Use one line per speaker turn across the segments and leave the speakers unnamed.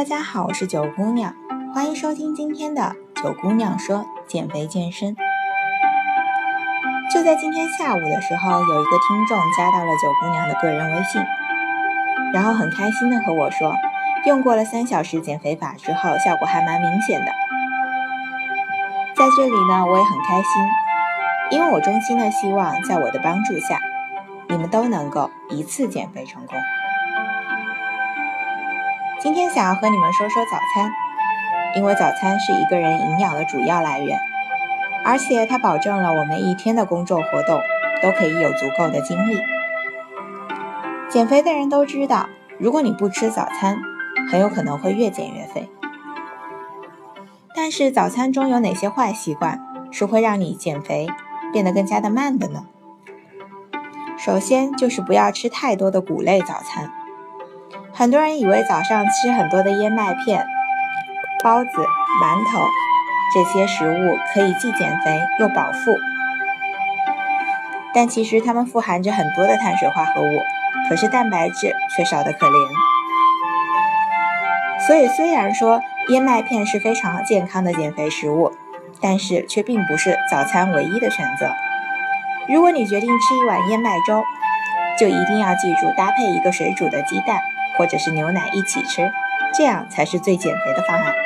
大家好，我是九姑娘，欢迎收听今天的九姑娘说减肥健身。就在今天下午的时候，有一个听众加到了九姑娘的个人微信，然后很开心的和我说，用过了3小时减肥法之后，效果还蛮明显的。在这里呢，我也很开心，因为我衷心的希望在我的帮助下，你们都能够一次减肥成功。今天想要和你们说说早餐，因为早餐是一个人营养的主要来源，而且它保证了我们一天的工作活动都可以有足够的精力。减肥的人都知道，如果你不吃早餐，很有可能会越减越肥。但是早餐中有哪些坏习惯是会让你减肥变得更加的慢的呢？首先就是不要吃太多的谷类早餐。很多人以为早上吃很多的燕麦片、包子、馒头这些食物可以既减肥又饱腹，但其实它们富含着很多的碳水化合物，可是蛋白质却少得可怜。所以虽然说燕麦片是非常健康的减肥食物，但是却并不是早餐唯一的选择。如果你决定吃一碗燕麦粥，就一定要记住搭配一个水煮的鸡蛋或者是牛奶一起吃，这样才是最减肥的方案。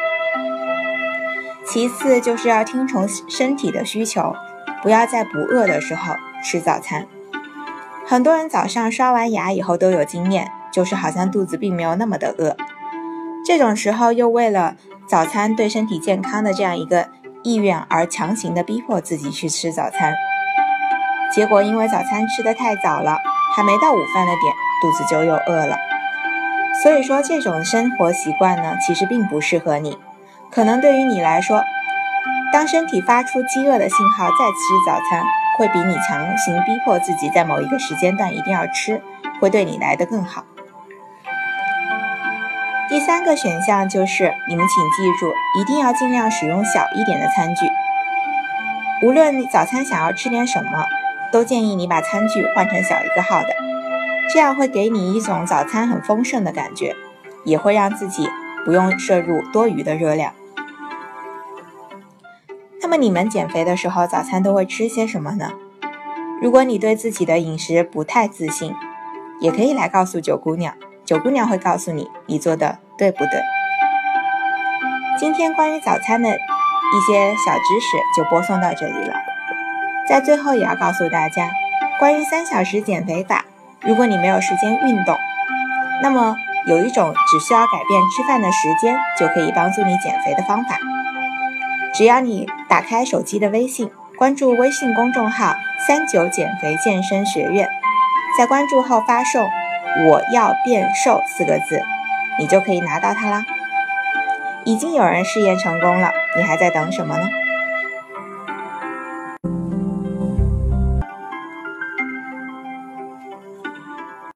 其次就是要听从身体的需求，不要在不饿的时候吃早餐。很多人早上刷完牙以后都有经验，就是好像肚子并没有那么的饿，这种时候又为了早餐对身体健康的这样一个意愿而强行的逼迫自己去吃早餐，结果因为早餐吃得太早了，还没到午饭的点，肚子就又饿了。所以说这种生活习惯呢，其实并不适合你。可能对于你来说，当身体发出饥饿的信号再吃早餐，会比你强行逼迫自己在某一个时间段一定要吃，会对你来得更好。第3个选项就是你们请记住，一定要尽量使用小一点的餐具。无论你早餐想要吃点什么，都建议你把餐具换成小1个号的，这样会给你一种早餐很丰盛的感觉，也会让自己不用摄入多余的热量。那么你们减肥的时候，早餐都会吃些什么呢？如果你对自己的饮食不太自信，也可以来告诉九姑娘，九姑娘会告诉你，你做的对不对。今天关于早餐的一些小知识就播送到这里了。在最后也要告诉大家，关于3小时减肥法，如果你没有时间运动，那么有一种只需要改变吃饭的时间就可以帮助你减肥的方法。只要你打开手机的微信，关注微信公众号39减肥健身学院，在关注后发送我要变瘦4个字，你就可以拿到它啦。已经有人试验成功了，你还在等什么呢？